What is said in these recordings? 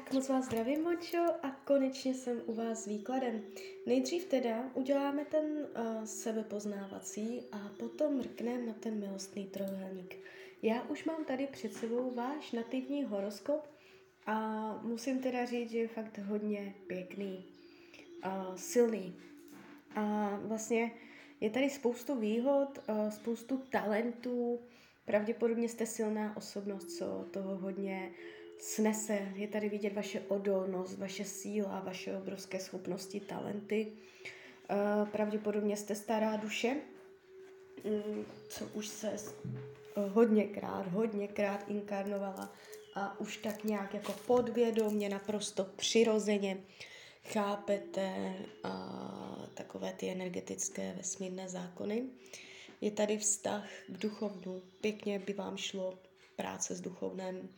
Tak moc vás zdravím, Močo, a konečně jsem u vás s výkladem. Nejdřív teda uděláme ten sebepoznávací a potom mrkneme na ten milostný trojúhelník. Já už mám tady před sebou váš nativní horoskop a musím teda říct, že je fakt hodně pěkný, silný. A vlastně je tady spoustu výhod, spoustu talentů, pravděpodobně jste silná osobnost, co toho hodně snese. Je tady vidět vaše odolnost, vaše síla, vaše obrovské schopnosti, talenty. Pravděpodobně jste stará duše, co už se hodněkrát inkarnovala a už tak nějak jako podvědomě, naprosto přirozeně chápete takové ty energetické vesmírné zákony. Je tady vztah k duchovnu. Pěkně by vám šlo práce s duchovnem.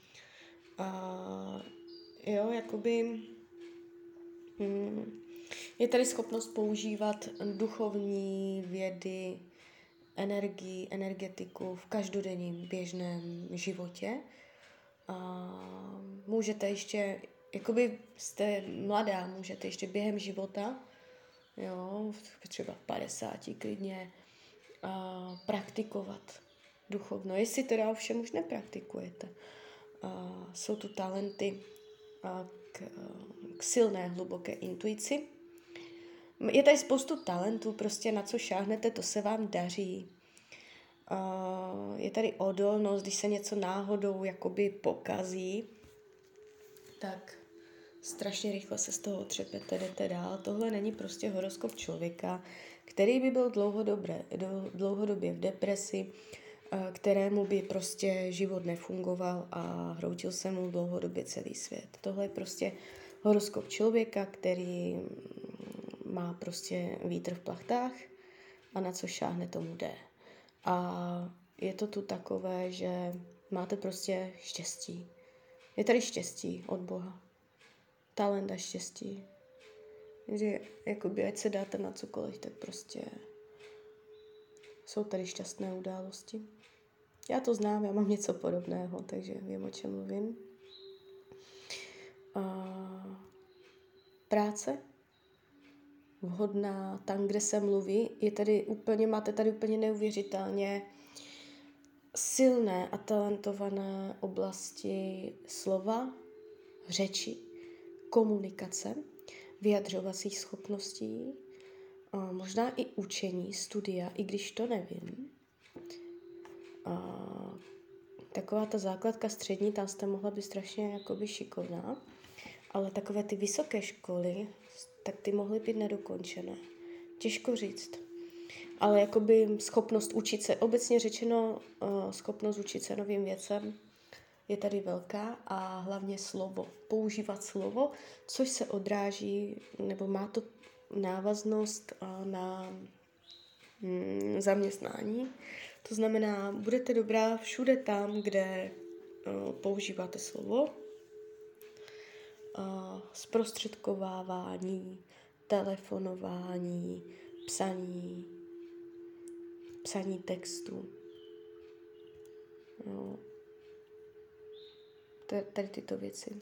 Je tady schopnost používat duchovní vědy, energii, energetiku v každodenním běžném životě. Můžete ještě, jste mladá, můžete ještě během života, třeba 50 klidně, praktikovat duchovno. Jestli teda ovšem už nepraktikujete. Jsou tu talenty k silné, hluboké intuici. Je tady spoustu talentů, prostě na co šáhnete, to se vám daří. Je tady odolnost, když se něco náhodou jakoby pokazí, tak strašně rychle se z toho otřepete, jdete dál. Tohle není prostě horoskop člověka, který by byl dlouhodobě v depresi, kterému by prostě život nefungoval a hroutil se mu dlouhodobě celý svět. Tohle je prostě horoskop člověka, který má prostě vítr v plachtách a na co šáhne, tomu jde. A je to tu takové, že máte prostě štěstí. Je tady štěstí od Boha. Talent a štěstí. Takže jakoby, ať se dáte na cokoliv, tak prostě jsou tady šťastné události. Já to znám, já mám něco podobného, takže vím, o čem mluvím. Práce vhodná tam, kde se mluví, máte tady úplně neuvěřitelně silné a talentované oblasti slova, řeči, komunikace, vyjadřovacích schopností, možná i učení, studia, i když to nevím. Taková ta základka střední, tam jste mohla být strašně jakoby šikovná, ale takové ty vysoké školy, tak ty mohly být nedokončené. Těžko říct. Ale jakoby schopnost učit se, obecně řečeno, schopnost učit se novým věcem je tady velká a hlavně slovo. Používat slovo, což se odráží, nebo má to návaznost na zaměstnání. To znamená, budete dobrá všude tam, kde používáte slovo. Zprostředkovávání, telefonování, psaní textu. Tady tyto věci.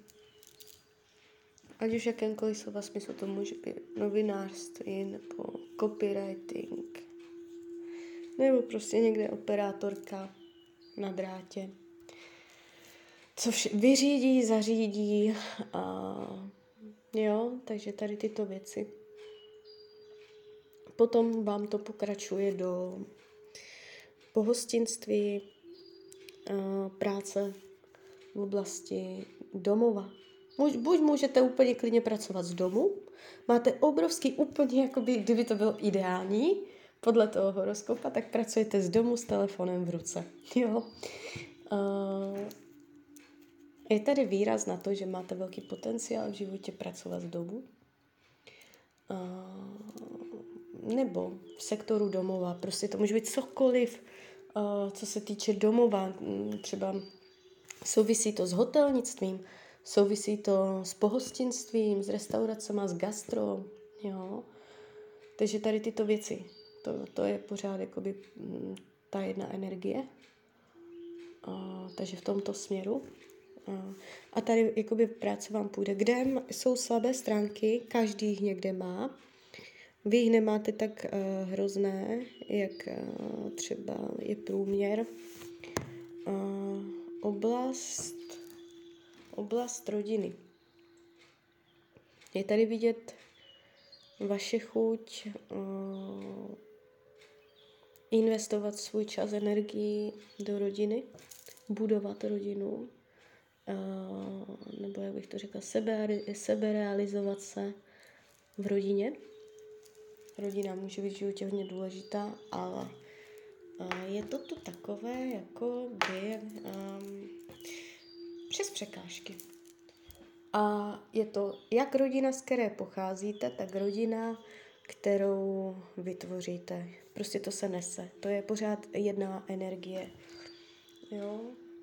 Ať už jakémkoliv slova smyslu, to může být novinářství nebo copywriting, nebo prostě někde operátorka na drátě. Co vyřídí, zařídí, takže tady tyto věci. Potom vám to pokračuje do pohostinství, práce v oblasti domova. Buď můžete úplně klidně pracovat z domu, máte obrovský úplně, jakoby, kdyby to bylo ideální, podle toho horoskopa, tak pracujete z domu s telefonem v ruce. Je tady výraz na to, že máte velký potenciál v životě pracovat z domu. Nebo v sektoru domova. Prostě to může být cokoliv, co se týče domova. Třeba souvisí to s hotelnictvím, souvisí to s pohostinstvím, s restauracema, s gastro. Takže tady tyto věci. To je pořád jakoby ta jedna energie. Takže v tomto směru A tady jakoby v práci vám půjde. Kde jsou slabé stránky, každý jich někde má. Vy jich nemáte tak hrozné, jak třeba je průměr. Oblast rodiny. Je tady vidět vaše chuť investovat svůj čas, energii do rodiny, budovat rodinu, nebo jak bych to řekla, seberealizovat se v rodině. Rodina může být v životě hodně důležitá, ale je to tu takové, jako by přes překážky. A je to jak rodina, z které pocházíte, tak rodina, kterou vytvoříte. Prostě to se nese. To je pořád jedna energie. Jo?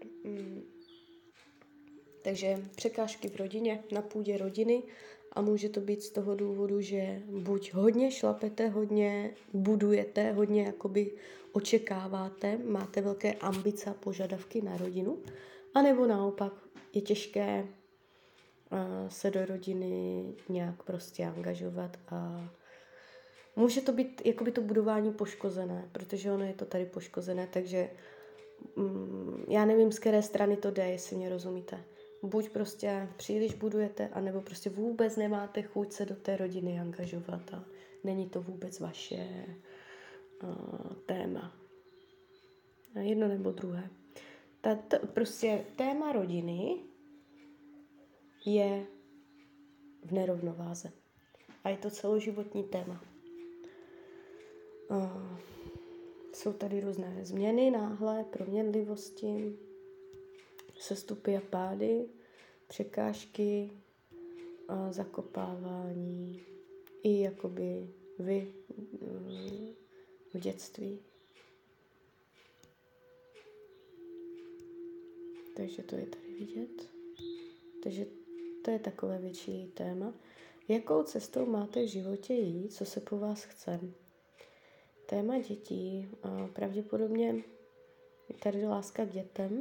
Takže překážky v rodině, na půdě rodiny, a může to být z toho důvodu, že buď hodně šlapete, hodně budujete, hodně jakoby očekáváte, máte velké ambice a požadavky na rodinu, anebo naopak je těžké se do rodiny nějak prostě angažovat a může to být jakoby to budování poškozené, protože ono je to tady poškozené, takže já nevím, z které strany to jde, jestli mě rozumíte. Buď prostě příliš budujete, anebo prostě vůbec nemáte chuť se do té rodiny angažovat a není to vůbec vaše téma. Jedno nebo druhé. Prostě téma rodiny je v nerovnováze. A je to celoživotní téma. Jsou tady různé změny, náhlé proměnlivosti, sestupy a pády, překážky, zakopávání i jakoby vy v dětství. Takže to je tady vidět. Takže to je takové větší téma. Jakou cestou máte v životě jít, co se po vás chce? Téma dětí, pravděpodobně je tady láska k dětem.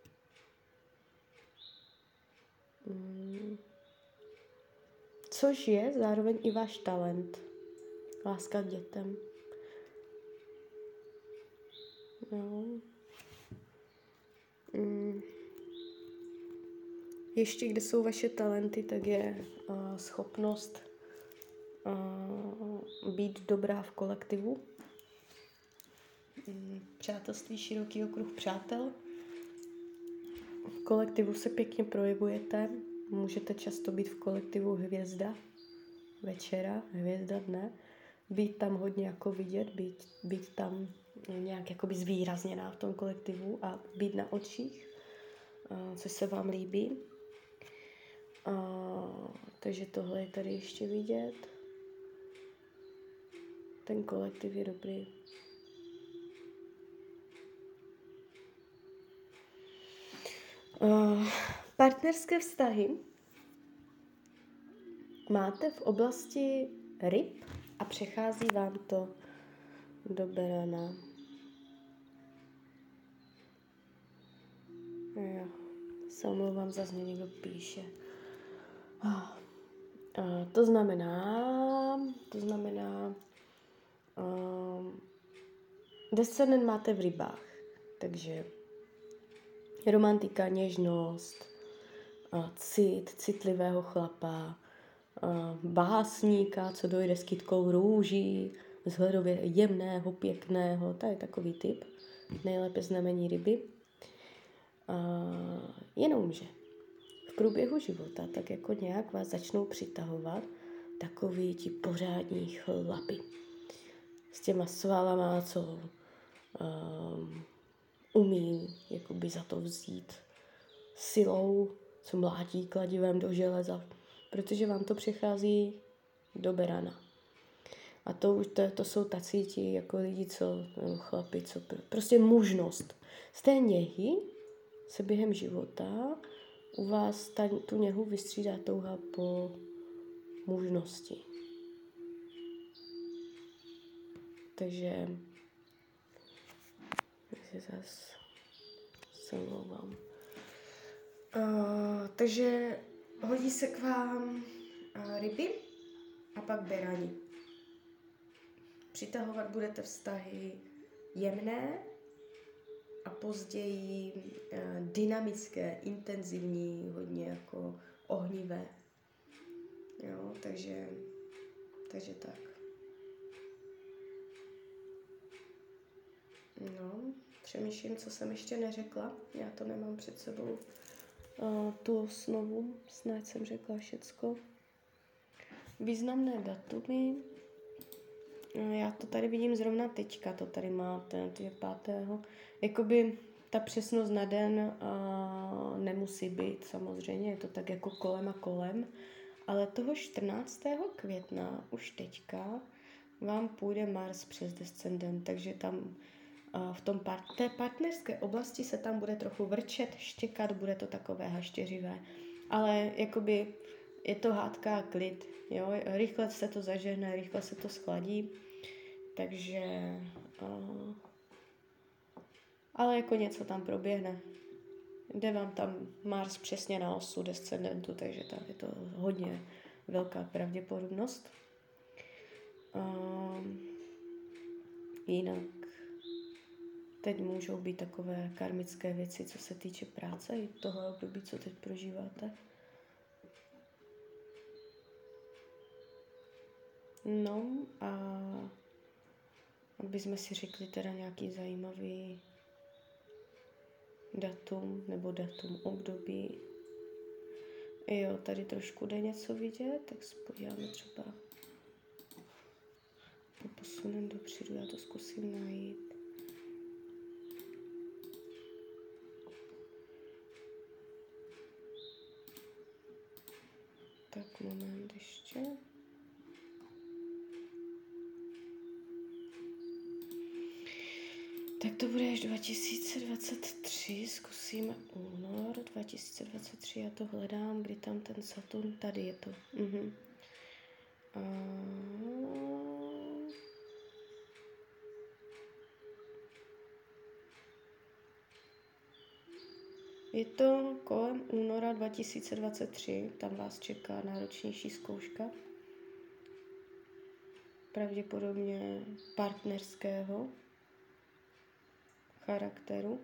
Což je zároveň i váš talent. Láska k dětem. Jo. Ještě kde jsou vaše talenty, tak je schopnost být dobrá v kolektivu. Přátelství, široký okruh přátel. V kolektivu se pěkně projevujete. Můžete často být v kolektivu hvězda večera, hvězda dne. Být tam hodně jako vidět, být tam nějak jakoby zvýrazněná v tom kolektivu a být na očích, což se vám líbí. Takže tohle je tady ještě vidět. Ten kolektiv je dobrý. Partnerské vztahy máte v oblasti ryb a přechází vám to do berana. Jo, se omlouvám, zase mě někdo píše. To znamená, descendent máte v rybách, takže romantika, něžnost, citlivého chlapa, básníka, co dojde s kytkou růží, vzhledově jemného, pěkného, to je takový typ, nejlépe znamení ryby. Jenomže v průběhu života tak jako nějak vás začnou přitahovat takový ti pořádní chlapy. S těma svalama, co umí jakoby za to vzít silou, co mlátí kladivem do železa, protože vám to přichází do berana. A to jsou tací ti jako lidi, chlapi, co prostě mužnost. Z té něhy se během života u vás tu něhu vystřídá touha po mužnosti. Takže zase se omlouvám. Takže hodí se k vám ryby a pak berani. Přitahovat budete vztahy jemné a později dynamické, intenzivní, hodně jako ohnivé. Jo, takže tak. No, přemýšlím, co jsem ještě neřekla. Já to nemám před sebou. Tu osnovu, snad jsem řekla všecko. Významné datumy. Já to tady vidím zrovna teďka, to tady máte, to je 5. Jakoby ta přesnost na den nemusí být, samozřejmě, je to tak jako kolem a kolem, ale toho 14. května už teďka vám půjde Mars přes descendent, takže tam v té partnerské oblasti se tam bude trochu vrčet, štěkat, bude to takové haštěřivé, ale jakoby je to hádka a klid, jo? Rychle se to zažehne, rychle se to schladí, takže ale jako něco tam proběhne. Jde vám tam Mars přesně na osu descendentu, takže tam je to hodně velká pravděpodobnost. Jinak teď můžou být takové karmické věci, co se týče práce i toho období, co teď prožíváte. No a aby jsme si řekli teda nějaký zajímavý datum nebo datum období. Jo, tady trošku jde něco vidět, tak se podíváme třeba. To posunem dopředu, já to zkusím najít. Tak moment ještě. Tak to bude až 2023, zkusíme únor 2023, já to hledám, kdy tam ten Saturn, tady je to. Je to kolem února 2023, tam vás čeká náročnější zkouška. Pravděpodobně partnerského charakteru.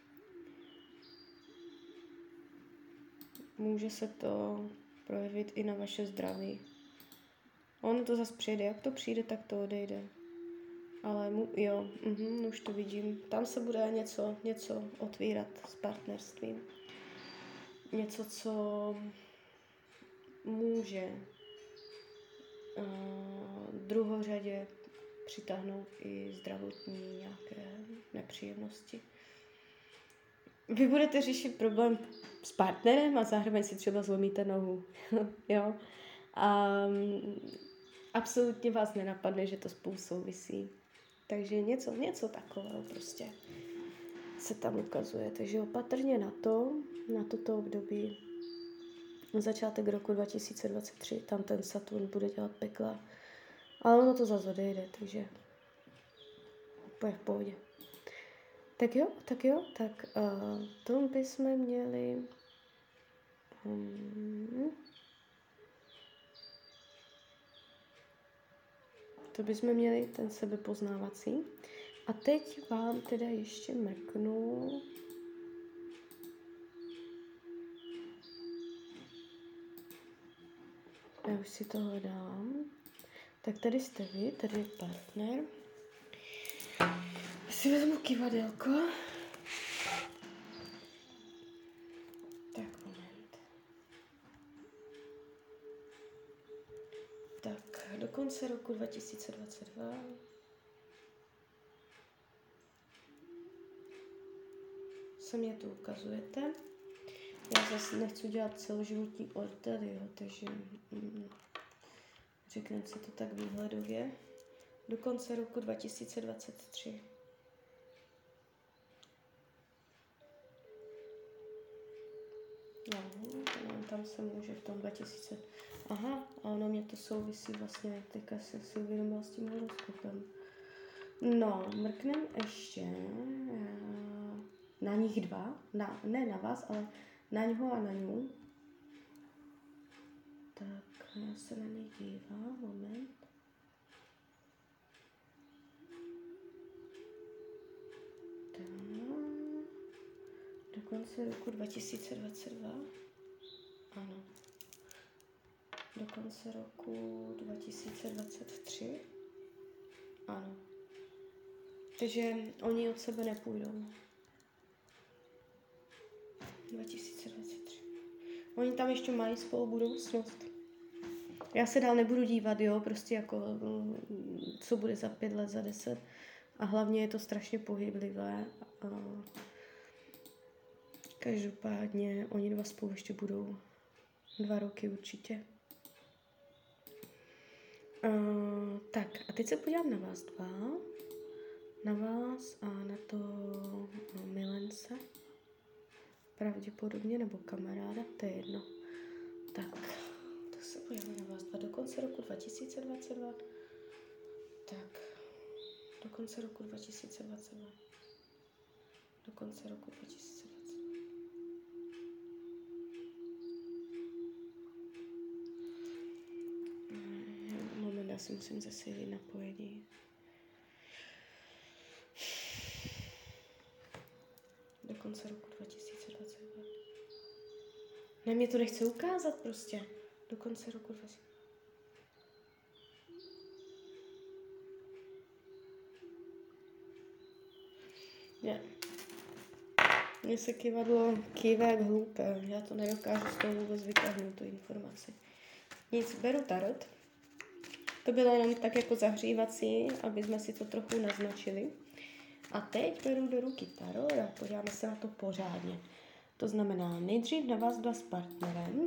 Může se to projevit i na vaše zdraví. Ono to zase přijde, jak to přijde, tak to odejde. Ale už to vidím. Tam se bude něco otvírat s partnerstvím. Něco, co může druhořadě přitáhnout i zdravotní nějaké nepříjemnosti. Vy budete řešit problém s partnerem a zároveň si třeba zlomíte nohu. Jo? A absolutně vás nenapadne, že to spolu souvisí. Takže něco takového prostě se tam ukazuje. Takže opatrně na toto období. Začátek roku 2023, tam ten Saturn bude dělat pekla. Ale ono to zase odejde, takže úplně v pohodě. Tak to bychom měli ten sebepoznávací. A teď vám teda ještě mrknu. Já už si to hledám. Tak tady jste vy, tady je partner. Si vezmu kivadelko. Tak, moment. Tak, do konce roku 2022 se mě tu ukazujete. Já zase nechci dělat celoživotní ortel, jo, takže řekneme si to tak výhledově. Do konce roku 2023. No, tam se může v tom 2000. Aha, a ono mě to souvisí vlastně, teďka si uvědomila s tím horoskopem. No, mrknem ještě na nich dva, ne na vás, ale na něho a na ňu. Tak, já se na něj dívám, moment. Tak, do konce roku 2022. Ano. Do konce roku 2023. Ano. Takže oni od sebe nepůjdou. 2023. Oni tam ještě mají spolu budoucnost. Já se dál nebudu dívat, jo, prostě jako co bude za 5 let, za 10. A hlavně je to strašně pohyblivé. Každopádně oni dva spolu ještě budou 2 roky určitě. Tak a teď se podívám na vás dva. Na vás a na to milence. Pravděpodobně, nebo kamaráda, to je jedno. Tak, to se podíváme na vás dva do konce roku 2022. Tak, do konce roku 2022. Do konce roku 2022. Moment, já si musím zesílit napojení. Do konce roku 2022. Ne, mě to nechce ukázat prostě. Do konce roku 2022. Ne. Mně se kývadlo kýve jak hloupé. Já to nedokážu z toho vůbec vytáhnout, tu informaci. Nic, beru tarot. To bylo jenom tak jako zahřívací, aby jsme si to trochu naznačili. A teď beru do ruky tarot a podíváme se na to pořádně. To znamená nejdřív na vás dva s partnerem.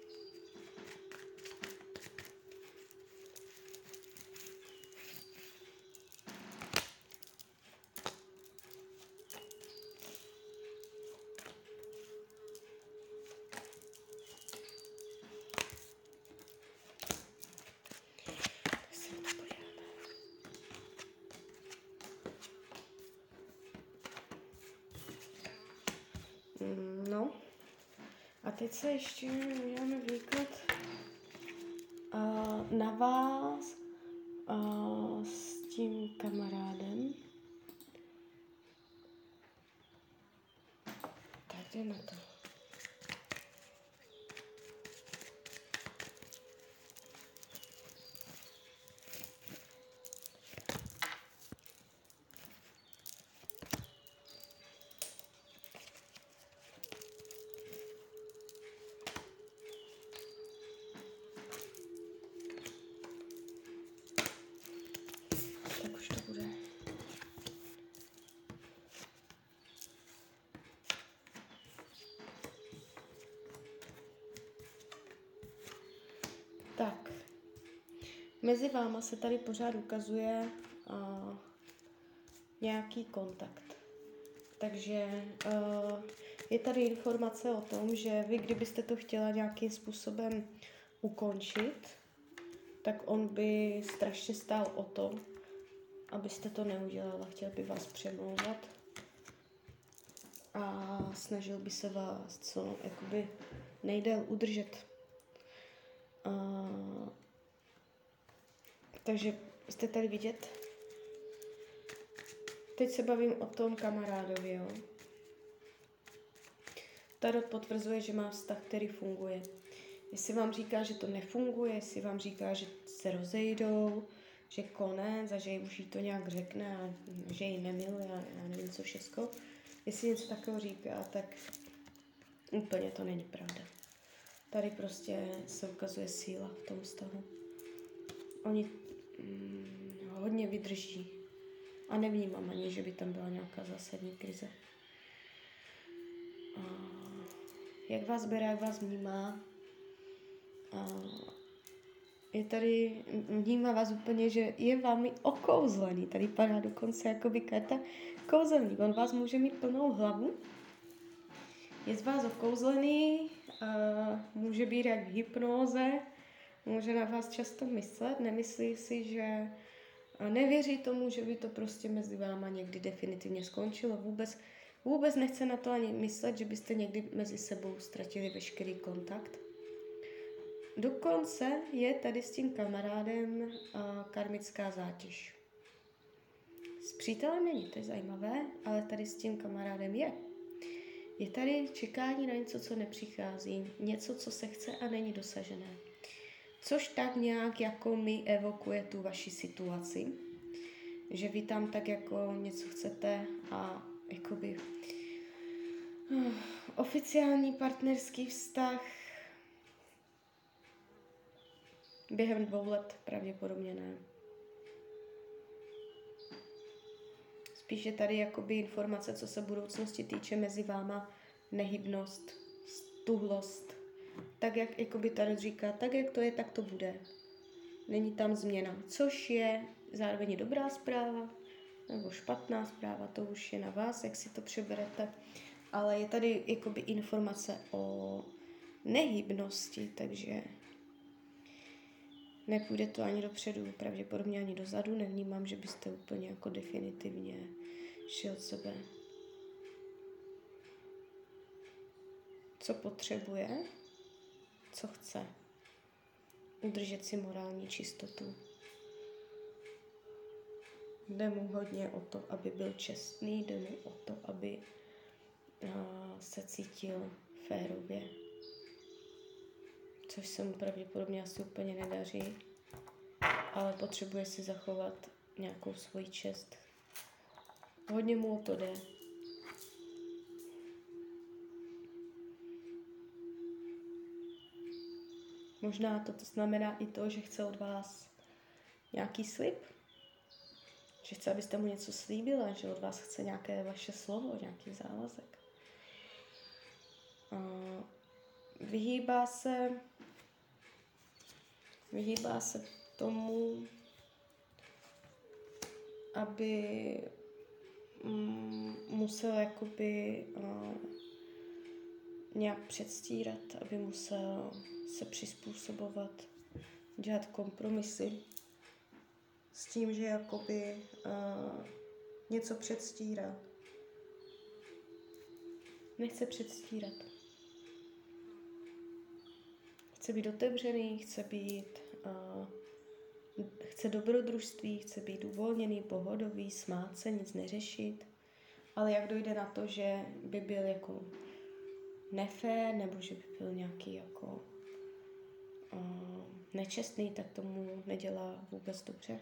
No. A teď se ještě uděláme výklad na vás s tím kamarádem. Tak jde na to. Tak už to bude. Tak. Mezi váma se tady pořád ukazuje nějaký kontakt. Takže je tady informace o tom, že vy, kdybyste to chtěla nějakým způsobem ukončit, tak on by strašně stál o to, abyste to neudělala. Chtěl by vás přemlouvat a snažil by se vás co jakoby nejdél udržet. Takže jste tady vidět? Teď se bavím o tom kamarádovi, jo. Tarot potvrzuje, že má vztah, který funguje. Jestli vám říká, že to nefunguje, jestli vám říká, že se rozejdou, že konec a že už jí to nějak řekne a že ji nemiluje a já nevím co všecko. Jestli něco takového říká, tak úplně to není pravda. Tady prostě se ukazuje síla v tom vztahu. Oni hodně vydrží a nevnímám ani, že by tam byla nějaká zásadní krize. Jak vás bere, jak vás vnímá. Je tady, vnímá vás úplně, že je vámi okouzlený. Tady padá dokonce jakoby karta kouzelný. On vás může mít plnou hlavu. Je z vás okouzlený, může být jak v hypnóze, může na vás často myslet, nemyslí si, že nevěří tomu, že by to prostě mezi váma někdy definitivně skončilo. Vůbec Vůbec nechce na to ani myslet, že byste někdy mezi sebou ztratili veškerý kontakt. Dokonce je tady s tím kamarádem karmická zátěž. S přítelem není, to je zajímavé, ale tady s tím kamarádem je. Je tady čekání na něco, co nepřichází, něco, co se chce a není dosažené. Což tak nějak jako mi evokuje tu vaši situaci, že vy tam tak jako něco chcete a jakoby oficiální partnerský vztah během 2 let pravděpodobně ne. Spíš je tady jakoby informace, co se budoucnosti týče mezi váma, nehybnost, stuhlost. Tak, jak jakoby tady říká, tak, jak to je, tak to bude. Není tam změna, což je zároveň dobrá zpráva, nebo špatná zpráva, to už je na vás, jak si to přeberete. Ale je tady jakoby informace o nehybnosti, takže nepůjde to ani dopředu, pravděpodobně ani dozadu. Nevnímám, že byste úplně jako definitivně šli od sebe. Co potřebuje, co chce. Udržet si morální čistotu. Jde mu hodně o to, aby byl čestný, jde mu o to, aby se cítil férově. Což se mu pravděpodobně asi úplně nedaří, ale potřebuje si zachovat nějakou svoji čest. Hodně mu o to jde. Možná to znamená i to, že chce od vás nějaký slib, že chce, abyste mu něco slíbila, že od vás chce nějaké vaše slovo, nějaký závazek. Vyhýbá se tomu, aby musel jakoby nějak předstírat, aby musel se přizpůsobovat, dělat kompromisy s tím, že jakoby něco předstírá. Nechce předstírat. Chce být otevřený, chce dobrodružství, chce být uvolněný, pohodový, smát se, nic neřešit. Ale jak dojde na to, že by byl jako nefér, nebo že by byl nějaký jako nečestný, tak tomu nedělá vůbec dobře.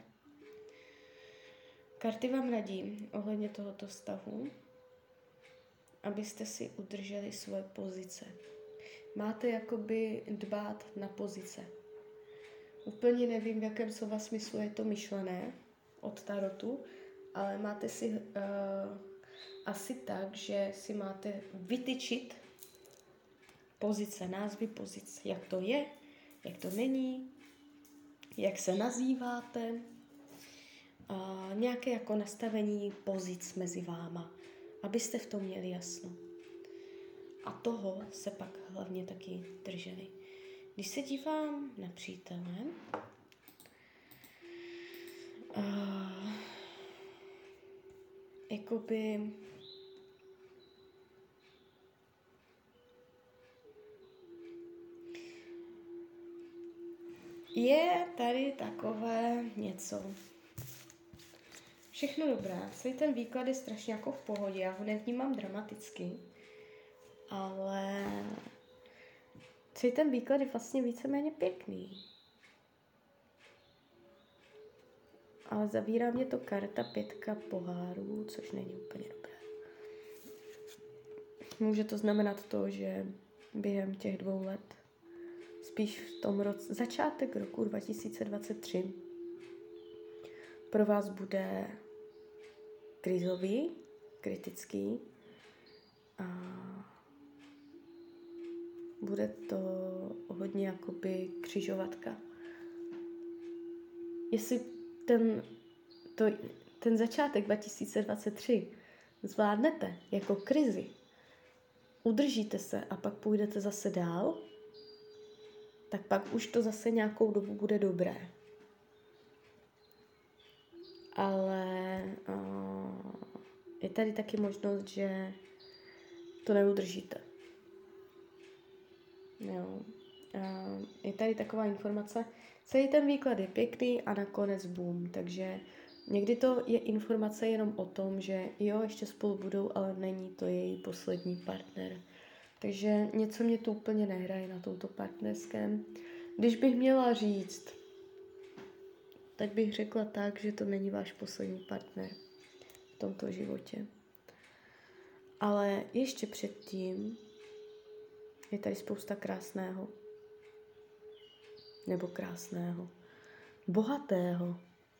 Karty vám radí ohledně tohoto vztahu, abyste si udrželi svoje pozice. Máte jakoby dbát na pozice. Úplně nevím, v jakém slova smyslu je to myšlené od tarotu, ale máte si asi tak, že si máte vytyčit pozice, názvy pozic, jak to je, jak to není, jak se nazýváte, nějaké jako nastavení pozic mezi váma, abyste v tom měli jasno. A toho se pak hlavně taky drželi. Když se dívám na přítele, jakoby je tady takové něco. Všechno dobré. Celý ten výklad je strašně jako v pohodě. Já ho nevnímám dramaticky. Ale celý ten výklad je vlastně víceméně pěkný. Ale zavírá mě to karta 5 pohárů, což není úplně dobré. Může to znamenat to, že během těch 2 let, spíš v tom roce, začátek roku 2023, pro vás bude krizový, kritický a bude to hodně jakoby křižovatka. Jestli ten začátek 2023 zvládnete jako krizi, udržíte se a pak půjdete zase dál, tak pak už to zase nějakou dobu bude dobré. Ale je tady taky možnost, že To neudržíte. Jo. A je tady taková informace, celý ten výklad je pěkný a nakonec boom, takže někdy to je informace jenom o tom, že jo, ještě spolu budou, ale není to její poslední partner. Takže něco mě tu úplně nehraje na tomto partnerském. Když bych měla říct, tak bych řekla tak, že to není váš poslední partner v tomto životě. Ale ještě předtím je tady spousta krásného. Nebo krásného. Bohatého.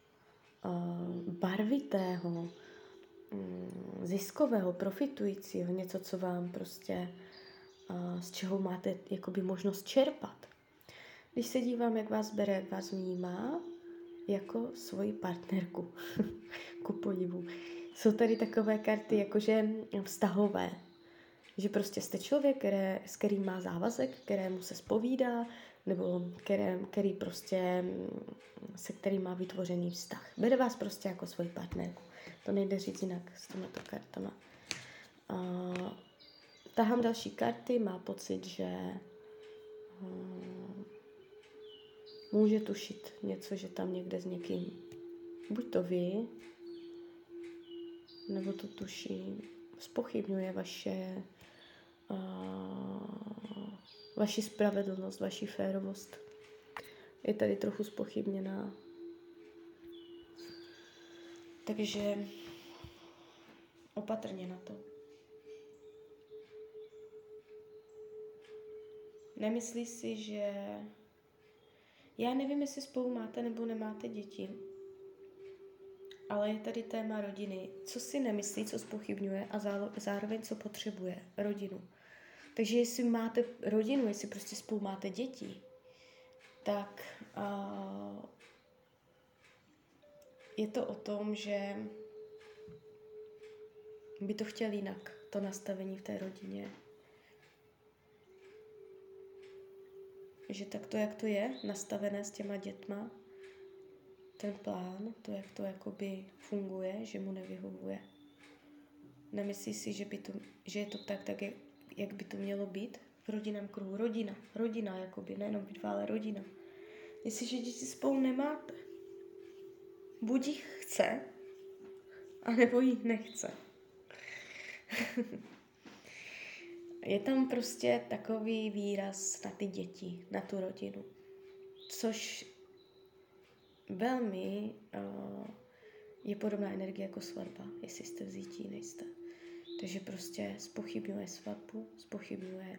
Barvitého. Ziskového, profitujícího. Něco, co vám prostě z čeho máte jakoby možnost čerpat. Když se dívám, jak vás bere, jak vás vnímá, jako svoji partnerku. Ku podivu. Jsou tady takové karty, jakože vztahové. Že prostě jste člověk, s kterým má závazek, kterému se zpovídá, nebo který prostě, se kterým má vytvořený vztah. Bere vás prostě jako svoji partnerku. To nejde říct jinak s těmito kartama. Tahám další karty, má pocit, že může tušit něco, že tam někde s někým, buď to vy, nebo to tuší, zpochybňuje vaši spravedlnost, vaši férovost. Je tady trochu zpochybněná. Takže opatrně na to. Nemyslí si, že... Já nevím, jestli spolu máte nebo nemáte děti, ale je tady téma rodiny. Co si nemyslí, co zpochybňuje a zároveň co potřebuje rodinu. Takže jestli máte rodinu, jestli prostě spolu máte děti, tak je to o tom, že by to chtěl jinak, to nastavení v té rodině. Že tak to, jak to je nastavené s těma dětma, ten plán, to, jak to jakoby funguje, že mu nevyhovuje. Nemyslí si, že je to tak, jak by to mělo být v rodinném kruhu. Rodina, jakoby, nejenom bitva, ale rodina. Jestliže děti spolu nemáte, buď jich chce, anebo jich nechce. Je tam prostě takový výraz na ty děti, na tu rodinu. Což velmi je podobná energie jako svatba, jestli jste vzítí, nejste. Takže prostě zpochybňuje svatbu, zpochybňuje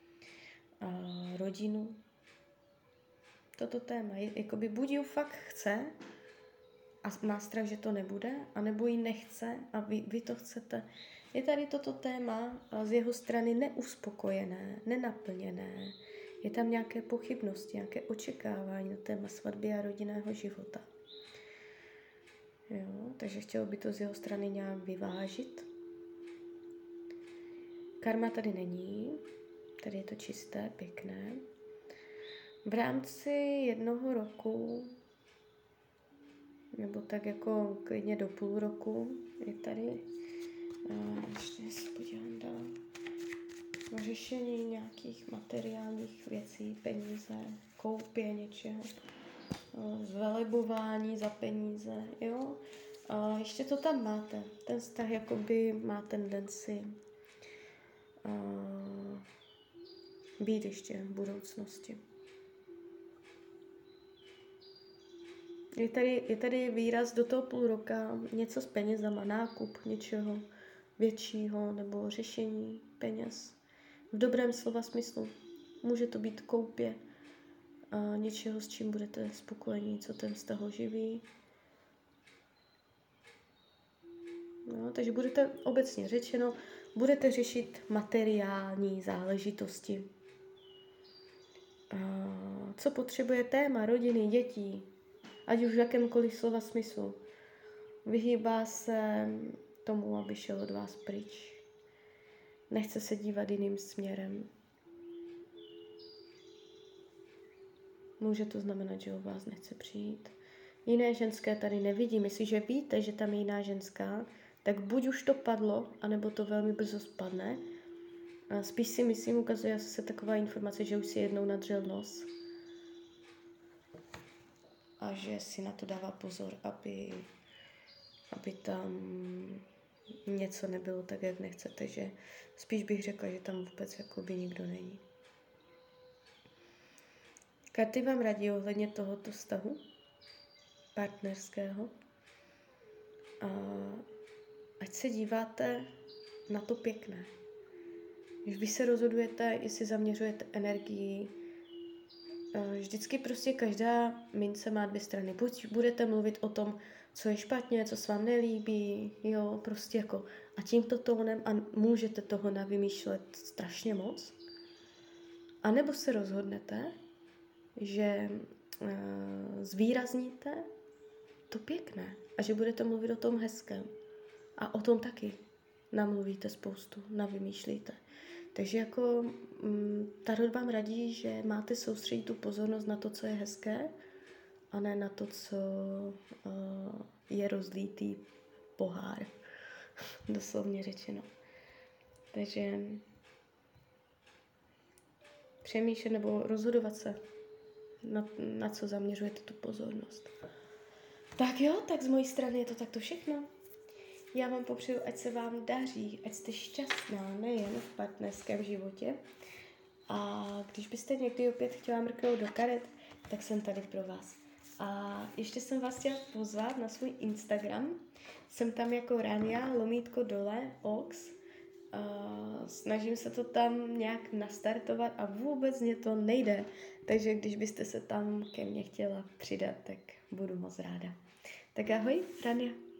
rodinu. Toto téma, jakoby buď ji fakt chce a má strach, že to nebude, anebo ji nechce a vy to chcete. Je tady toto téma z jeho strany neuspokojené, nenaplněné. Je tam nějaké pochybnosti, nějaké očekávání na téma svatby a rodinného života. Jo, takže chtělo by to z jeho strany nějak vyvážit. Karma tady není, tady je to čisté, pěkné. V rámci 1 roku, nebo tak jako klidně do půl roku, je tady, ještě se podívám dál, řešení nějakých materiálních věcí, peníze, koupě něčeho, zvelebování za peníze, jo. Ještě to tam máte. Ten vztah jakoby má tendenci být ještě v budoucnosti. Je tady výraz do toho půl roka, něco s penězama, nákup něčeho většího nebo řešení peněz. V dobrém slova smyslu. Může to být koupě něčeho, s čím budete spokojení, co ten vztah oživí. No, takže budete, obecně řečeno, budete řešit materiální záležitosti. Co potřebuje téma rodiny, dětí, ať už v jakémkoliv slova smyslu. Vyhýbá se tomu, aby šel od vás pryč. Nechce se dívat jiným směrem. Může to znamenat, že o vás nechce přijít. Jiné ženské tady nevidím. Jestliže víte, že tam je jiná ženská, tak buď už to padlo, anebo to velmi brzo spadne. A spíš si myslím, ukazuje se taková informace, že už si jednou nadřel nos a že si na to dává pozor, aby tam něco nebylo tak, jak nechcete, že spíš bych řekla, že tam vůbec jakoby nikdo není. Karty vám radí ohledně tohoto vztahu partnerského. A ať se díváte na to pěkné. Když vy se rozhodujete, jestli zaměřujete energii, vždycky prostě každá mince má dvě strany. Buď budete mluvit o tom, co je špatně, co se vám nelíbí, jo, prostě jako a tímto tónem a můžete toho navymýšlet strašně moc. A nebo se rozhodnete, že zvýrazníte to pěkné a že budete mluvit o tom hezkém. A o tom taky namluvíte spoustu, navymýšlíte. Takže jako tarot vám radí, že máte soustředit tu pozornost na to, co je hezké, a ne na to, co je rozlítý pohár, doslovně řečeno. Takže přemýšlet nebo rozhodovat se, na co zaměřujete tu pozornost. Tak jo, tak z mojí strany je to takto všechno. Já vám popřeju, ať se vám daří, ať jste šťastná, nejen v partnerském životě. A když byste někdy opět chtěla mrknout do karet, tak jsem tady pro vás. A ještě jsem vás chtěla pozvat na svůj Instagram. Jsem tam jako Rania_Ox. Snažím se to tam nějak nastartovat a vůbec mě to nejde. Takže když byste se tam ke mně chtěla přidat, tak budu moc ráda. Tak ahoj, Rania.